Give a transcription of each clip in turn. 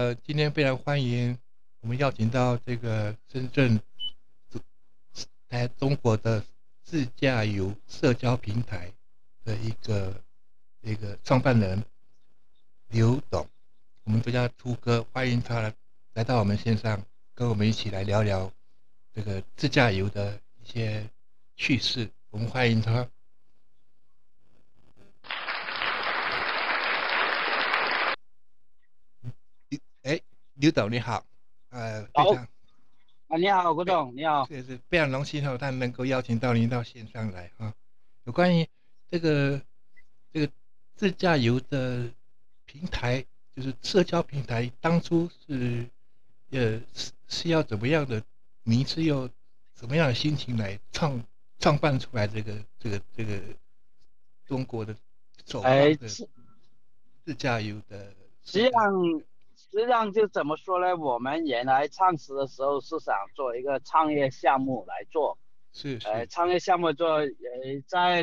今天非常欢迎我们邀请到这个深圳在中国的自驾游社交平台的一个创办人刘董，我们都叫他秃哥，欢迎他来到我们线上，跟我们一起来聊聊这个自驾游的一些趣事。我们欢迎他。哎，刘董你好，非好常你好，郭非总，你好。 是非常荣幸他能够邀请到您到线上来有关于这个这个自驾游的平台，就是社交平台，当初是要怎么样的，您是用什么样的心情来创办出来这个中国的首创哎， 的自驾游的社交？ 实际上，就怎么说呢？我们原来创始的时候是想做一个创业项目来做， 是创业项目做，在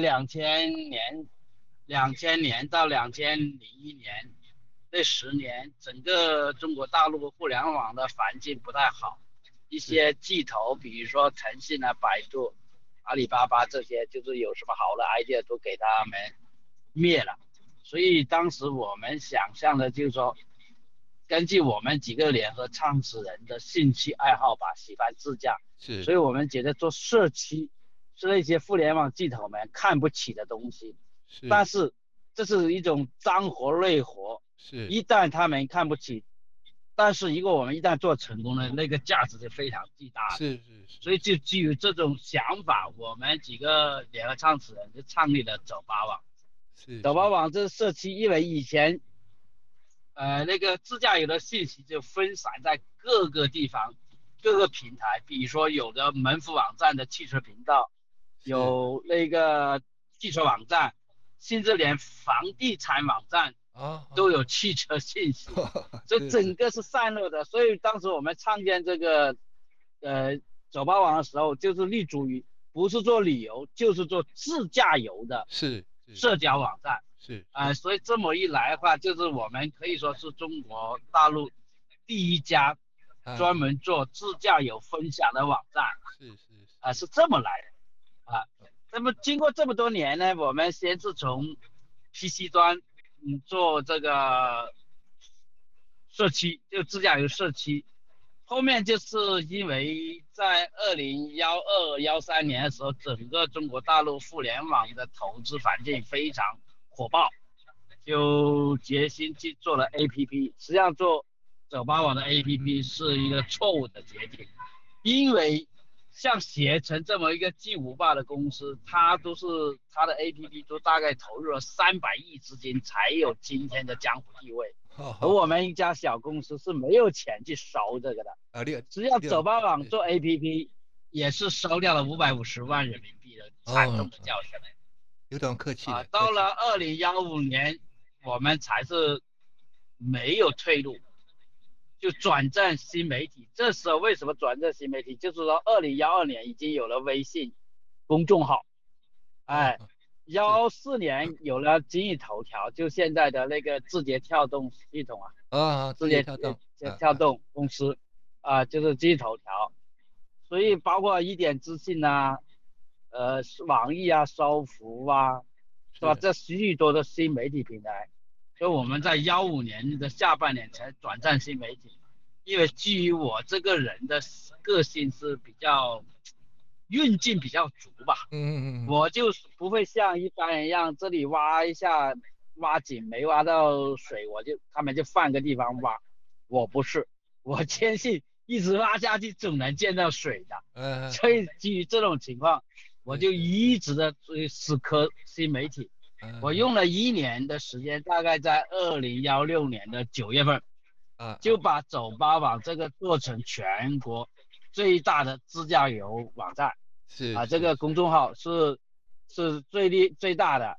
2000年到2001年这10年，整个中国大陆互联网的环境不太好，一是些巨头，比如说腾讯啊、百度、阿里巴巴这些，就是有什么好的 idea 都给他们灭了。所以当时我们想象的就是说，根据我们几个联合创始人的兴趣爱好吧，喜欢自驾， 是所以我们觉得做社区是那些互联网巨头们看不起的东西， 是但是这是一种脏活累活， 是一旦他们看不起，但是如果我们一旦做成功了，那个价值是非常巨大的。所以就基于这种想法，我们几个联合创始人就创立了走吧网。走吧是是网这个社区，因为以前那个自驾游的信息就分散在各个地方、各个平台，比如说有的门户网站的汽车频道， 是有那个汽车网站，甚至连房地产网站都有汽车信息，所以是整个是散落的。所以当时我们创建这个呃走吧网的时候，就是立足于不是做旅游，就是做自驾游的是是社交网站。 是是所以这么一来的话，就是我们可以说是中国大陆第一家专啊门做自驾游分享的网站。 是是是这么来的那么经过这么多年呢，我们先是从 PC 端做这个社区，就自驾游社区，后面就是因为在2012、13年的时候，整个中国大陆互联网的投资环境非常火爆，就决心去做了 APP。实际上做走吧网的 APP 是一个错误的决定，因为像携程这么一个巨无霸的公司，它的 APP 都大概投入了300亿资金才有今天的江湖地位。而好我们一家小公司是没有钱去收这个的。实际上，走吧网做 APP 也是收掉了550万人民币的惨痛的教训。 有点客气了，客气。 到了2015年，我们才是没有退路，就转战新媒体。这时候为什么转战新媒体？就是说2012年已经有了微信公众号， 啊 14年有了今日头条，就现在的那个字节跳动系统字节跳动跳动公司就是今日头条。所以包括一点资讯网易搜狐是吧？这许许多的新媒体平台。所以我们在15年的下半年才转战新媒体，因为基于我这个人的个性是比较运劲比较足吧。我就不会像一般人一样，这里挖一下挖井没挖到水，他们就换个地方挖。我不是，我坚信一直挖下去总能见到水的。所以基于这种情况，我就一直的追死磕新媒体。我用了1年的时间，大概在2016年的9月份，就把走吧网这个做成全国最大的自驾游网站。这个公众号是最大的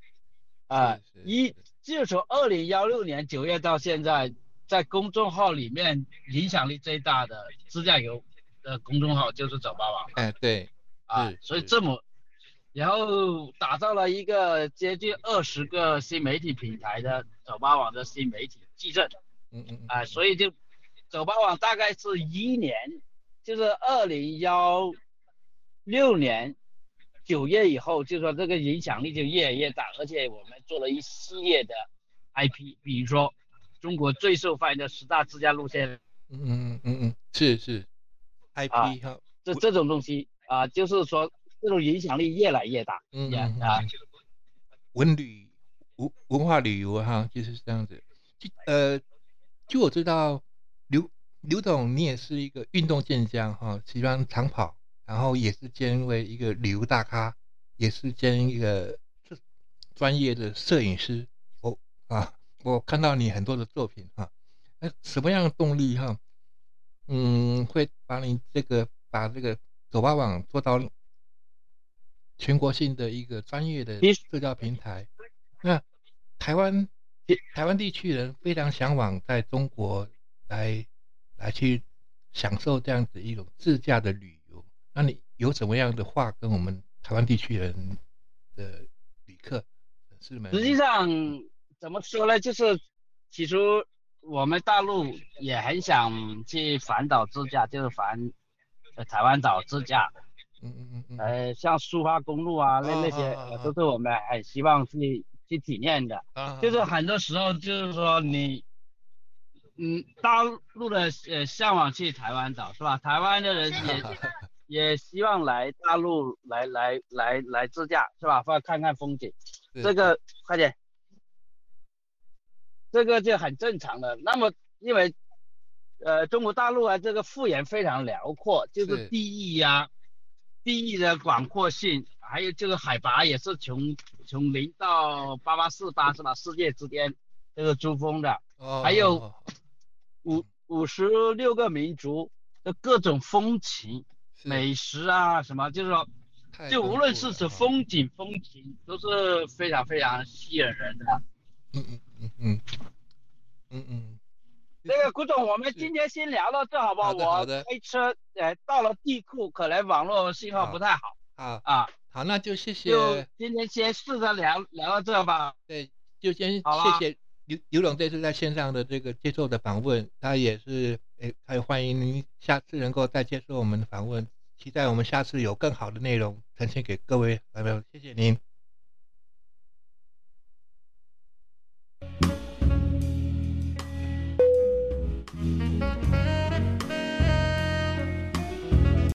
就从2016年9月到现在，在公众号里面影响力最大的自驾游的公众号就是走吧网对所以然后打造了一个接近20个新媒体平台的走吧网的新媒体矩阵。所以就走吧网大概是1年，就是2016年9月以后，就说这个影响力就越来越大，而且我们做了一系列的 IP，比如说中国最受欢迎的10大自驾路线是啊， IP 哈， 这种东西啊，就是说这种影响力越来越大， 文旅文化旅游哈，就是这样子。据我知道，刘董你也是一个运动健将哈，喜欢长跑，然后也是兼为一个旅游大咖，也是兼一个专业的摄影师。我看到你很多的作品哈，那什么样的动力哈，会把你把这个走吧网做到全国性的一个专业的社交平台？那台湾地区人非常向往在中国来去享受这样子一种自驾的旅游。那你有什么样的话跟我们台湾地区人的旅客粉丝们？ 实际上怎么说呢，就是起初我们大陆也很想去环岛自驾，就是台湾岛自驾。像苏花公路啊，那些都是我们很希望去体验的。就是很多时候就是说你，大陆的向往去台湾岛是吧？台湾的人也希望来大陆来自驾是吧？或者看看风景，这个快点，这个就很正常的。那么因为中国大陆啊，这个幅员非常辽阔，就是地域的广阔性，还有这个海拔也是从0到8848是吧？世界之巅这个珠峰的，还有56个民族的各种风情、美食啊什么，就是说，就无论是指风景都是非常非常吸引人的。这个古总，我们今天先聊到这好不好？我开车到了地库，可能网络信号不太好。 好，那就谢谢。 就今天先试着聊到这吧。 对，就先谢谢刘董这次在线上的这个接受的访问，他也是还欢迎您下次能够再接受我们的访问，期待我们下次有更好的内容呈现给各位朋友。谢谢您。